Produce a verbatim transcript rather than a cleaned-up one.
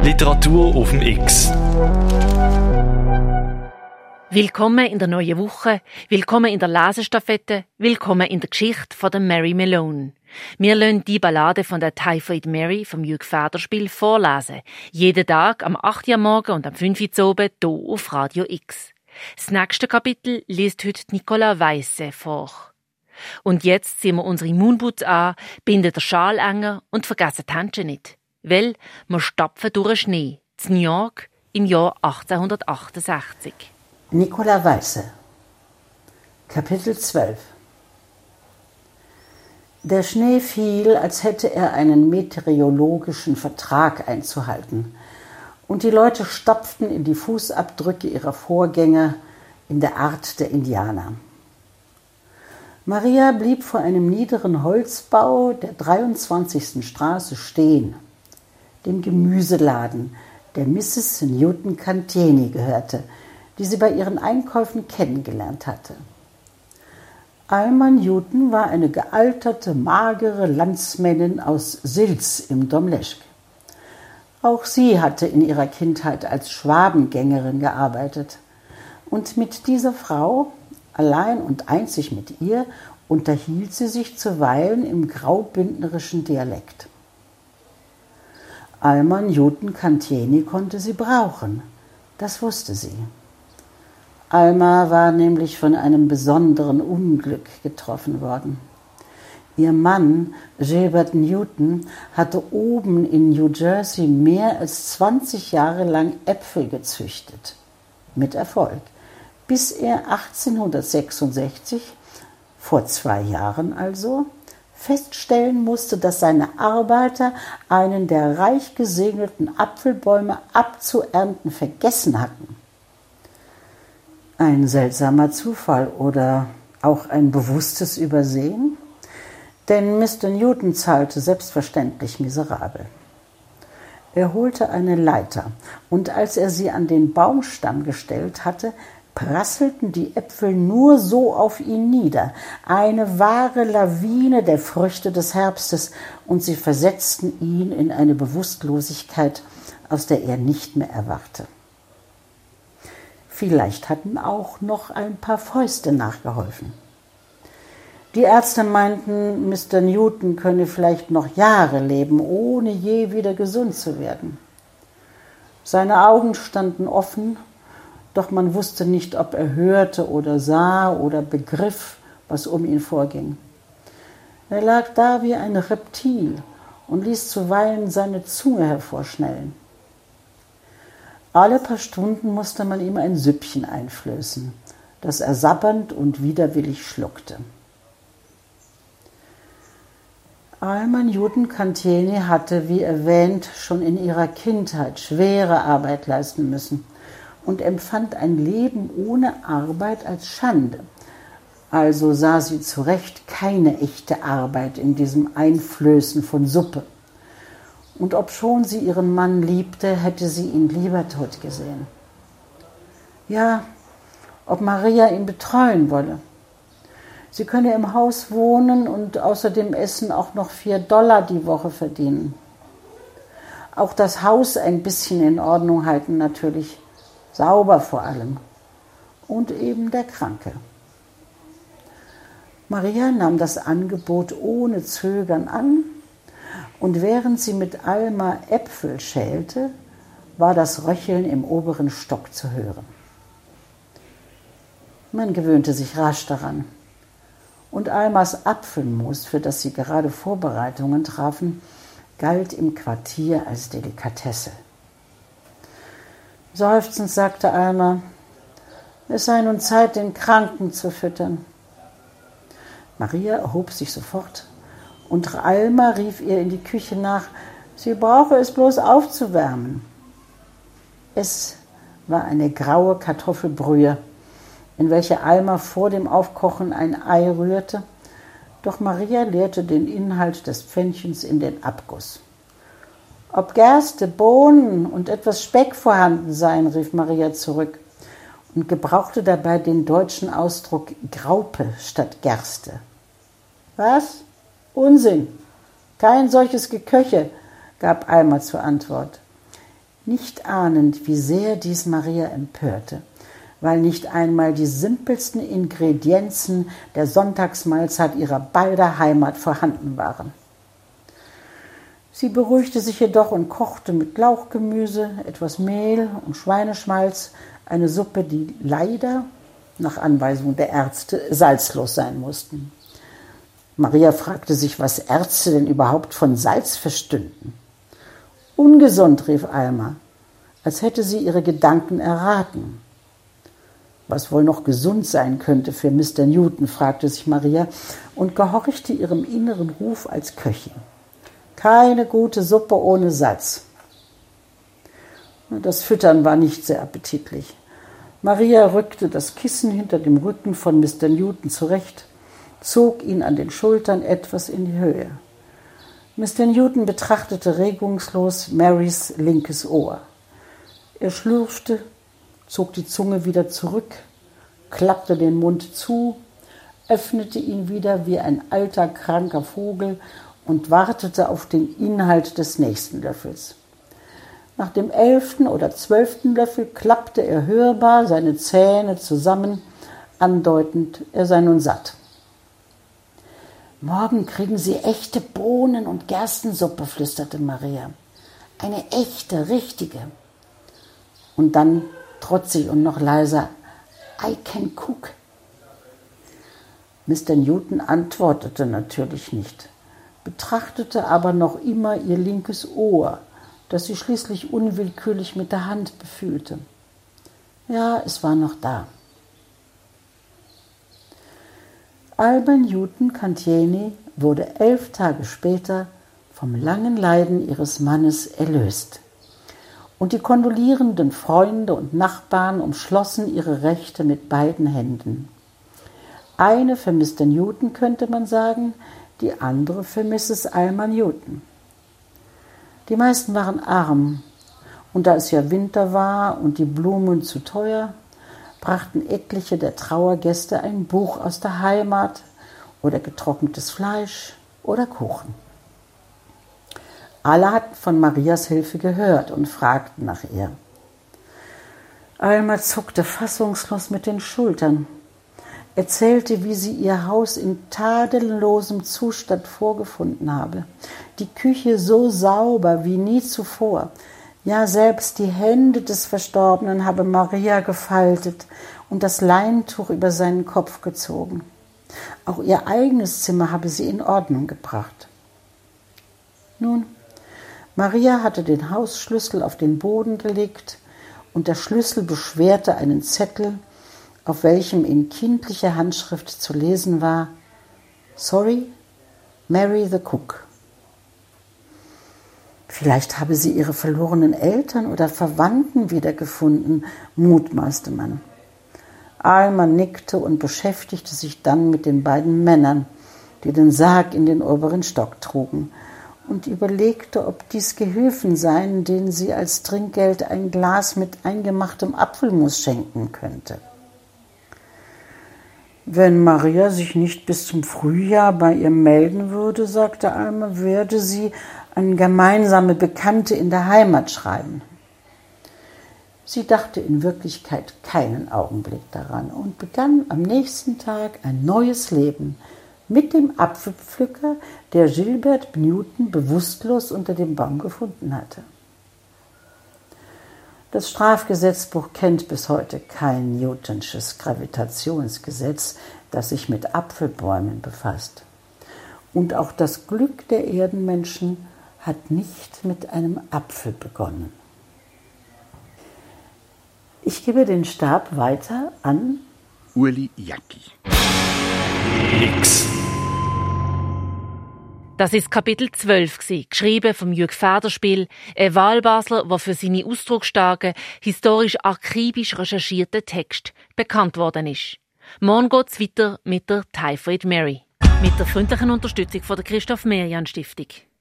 Literatur auf dem X. Willkommen in der neuen Woche, willkommen in der Lesestaffette, willkommen in der Geschichte von der Mary Malone. Wir lassen die Ballade von der Typhoid Mary vom Jürg Federspiel vorlesen. Jeden Tag am acht Uhr am Morgen und am fünf Uhr zu oben hier auf Radio X. Das nächste Kapitel liest heute Nicola Weisse vor. Und jetzt ziehen wir unsere Moonboots an, binden den Schal enger und vergessen die Händchen nicht. Weil wir stapfen durch den Schnee, in New York im Jahr achtzehnhundertachtundsechzig. Nicola Weisse, Kapitel zwölf. Der Schnee fiel, als hätte er einen meteorologischen Vertrag einzuhalten, und die Leute stapften in die Fußabdrücke ihrer Vorgänger in der Art der Indianer. Maria blieb vor einem niederen Holzbau der dreiundzwanzigsten Straße stehen, dem Gemüseladen, der Misses Newton Cantieni gehörte, die sie bei ihren Einkäufen kennengelernt hatte. Alma Newton war eine gealterte, magere Landsmännin aus Sils im Domleschg. Auch sie hatte in ihrer Kindheit als Schwabengängerin gearbeitet. Und mit dieser Frau, allein und einzig mit ihr, unterhielt sie sich zuweilen im graubündnerischen Dialekt. Alma Newton Cantieni konnte sie brauchen, das wusste sie. Alma war nämlich von einem besonderen Unglück getroffen worden. Ihr Mann, Gilbert Newton, hatte oben in New Jersey mehr als zwanzig Jahre lang Äpfel gezüchtet. Mit Erfolg. Bis er achtzehnhundertsechsundsechzig, vor zwei Jahren also, feststellen musste, dass seine Arbeiter einen der reich gesegneten Apfelbäume abzuernten vergessen hatten. Ein seltsamer Zufall oder auch ein bewusstes Übersehen? Denn Mister Newton zahlte selbstverständlich miserabel. Er holte eine Leiter, und als er sie an den Baumstamm gestellt hatte, prasselten die Äpfel nur so auf ihn nieder, eine wahre Lawine der Früchte des Herbstes, und sie versetzten ihn in eine Bewusstlosigkeit, aus der er nicht mehr erwachte. Vielleicht hatten auch noch ein paar Fäuste nachgeholfen. Die Ärzte meinten, Mister Newton könne vielleicht noch Jahre leben, ohne je wieder gesund zu werden. Seine Augen standen offen, doch man wusste nicht, ob er hörte oder sah oder begriff, was um ihn vorging. Er lag da wie ein Reptil und ließ zuweilen seine Zunge hervorschnellen. Alle paar Stunden musste man ihm ein Süppchen einflößen, das er sabbernd und widerwillig schluckte. Alma Newton Cantieni hatte, wie erwähnt, schon in ihrer Kindheit schwere Arbeit leisten müssen und empfand ein Leben ohne Arbeit als Schande. Also sah sie zu Recht keine echte Arbeit in diesem Einflößen von Suppe. Und obschon sie ihren Mann liebte, hätte sie ihn lieber tot gesehen. Ja, ob Maria ihn betreuen wolle. Sie könne im Haus wohnen und außer dem Essen auch noch vier Dollar die Woche verdienen. Auch das Haus ein bisschen in Ordnung halten natürlich, sauber vor allem. Und eben der Kranke. Maria nahm das Angebot ohne Zögern an, und während sie mit Alma Äpfel schälte, war das Röcheln im oberen Stock zu hören. Man gewöhnte sich rasch daran. Und Almas Apfelmus, für das sie gerade Vorbereitungen trafen, galt im Quartier als Delikatesse. Seufzend sagte Alma, es sei nun Zeit, den Kranken zu füttern. Maria erhob sich sofort, und Alma rief ihr in die Küche nach, sie brauche es bloß aufzuwärmen. Es war eine graue Kartoffelbrühe, in welche Alma vor dem Aufkochen ein Ei rührte, doch Maria leerte den Inhalt des Pfännchens in den Abguss. Ob Gerste, Bohnen und etwas Speck vorhanden seien, rief Maria zurück und gebrauchte dabei den deutschen Ausdruck Graupe statt Gerste. Was? Unsinn! Kein solches Geköche, gab Alma zur Antwort. nicht ahnend, wie sehr dies Maria empörte, weil nicht einmal die simpelsten Ingredienzen der Sonntagsmahlzeit ihrer beider Heimat vorhanden waren. Sie beruhigte sich jedoch und kochte mit Lauchgemüse, etwas Mehl und Schweineschmalz eine Suppe, die leider, nach Anweisung der Ärzte, salzlos sein mussten. Maria fragte sich, was Ärzte denn überhaupt von Salz verstünden. Ungesund, rief Alma, als hätte sie ihre Gedanken erraten. Was wohl noch gesund sein könnte für Mister Newton, fragte sich Maria und gehorchte ihrem inneren Ruf als Köchin. Keine gute Suppe ohne Salz. Das Füttern war nicht sehr appetitlich. Maria rückte das Kissen hinter dem Rücken von Mister Newton zurecht, zog ihn an den Schultern etwas in die Höhe. Mister Newton betrachtete regungslos Marys linkes Ohr. Er schlürfte, zog die Zunge wieder zurück, klappte den Mund zu, öffnete ihn wieder wie ein alter, kranker Vogel und wartete auf den Inhalt des nächsten Löffels. Nach dem elften oder zwölften Löffel klappte er hörbar seine Zähne zusammen, andeutend, er sei nun satt. »Morgen kriegen Sie echte Bohnen- und Gerstensuppe«, flüsterte Maria. »Eine echte, richtige.« Und dann, trotzig und noch leiser, »I can cook.« Mister Newton antwortete natürlich nicht, betrachtete aber noch immer ihr linkes Ohr, das sie schließlich unwillkürlich mit der Hand befühlte. Ja, es war noch da. Alma Newton Cantieni wurde elf Tage später vom langen Leiden ihres Mannes erlöst. Und die kondolierenden Freunde und Nachbarn umschlossen ihre Rechte mit beiden Händen. Eine für Mister Newton, könnte man sagen, die andere für Misses Alma Newton. Die meisten waren arm, und da es ja Winter war und die Blumen zu teuer, brachten etliche der Trauergäste ein Buch aus der Heimat oder getrocknetes Fleisch oder Kuchen. Alle hatten von Marias Hilfe gehört und fragten nach ihr. Alma zuckte fassungslos mit den Schultern, erzählte, wie sie ihr Haus in tadellosem Zustand vorgefunden habe, die Küche so sauber wie nie zuvor. Ja, selbst die Hände des Verstorbenen habe Maria gefaltet und das Leintuch über seinen Kopf gezogen. Auch ihr eigenes Zimmer habe sie in Ordnung gebracht. Nun, Maria hatte den Hausschlüssel auf den Boden gelegt und der Schlüssel beschwerte einen Zettel, auf welchem in kindlicher Handschrift zu lesen war: Sorry, Mary the Cook. Vielleicht habe sie ihre verlorenen Eltern oder Verwandten wiedergefunden, mutmaßte man. Alma nickte und beschäftigte sich dann mit den beiden Männern, die den Sarg in den oberen Stock trugen, und überlegte, ob dies Gehilfen seien, denen sie als Trinkgeld ein Glas mit eingemachtem Apfelmus schenken könnte. Wenn Maria sich nicht bis zum Frühjahr bei ihr melden würde, sagte Alma, werde sie an gemeinsame Bekannte in der Heimat schreiben. Sie dachte in Wirklichkeit keinen Augenblick daran und begann am nächsten Tag ein neues Leben mit dem Apfelpflücker, der Gilbert Newton bewusstlos unter dem Baum gefunden hatte. Das Strafgesetzbuch kennt bis heute kein Newtonsches Gravitationsgesetz, das sich mit Apfelbäumen befasst. Und auch das Glück der Erdenmenschen hat nicht mit einem Apfel begonnen. Ich gebe den Stab weiter an Ueli Jacki. Nix. Das ist Kapitel zwölf, geschrieben vom Jürg Federspiel, ein Wahlbasler, der für seine ausdrucksstarken, historisch akribisch recherchierten Text bekannt worden ist. Morgen geht's weiter mit der Typhoid Mary. Mit der freundlichen Unterstützung von der Christoph Merian Stiftung.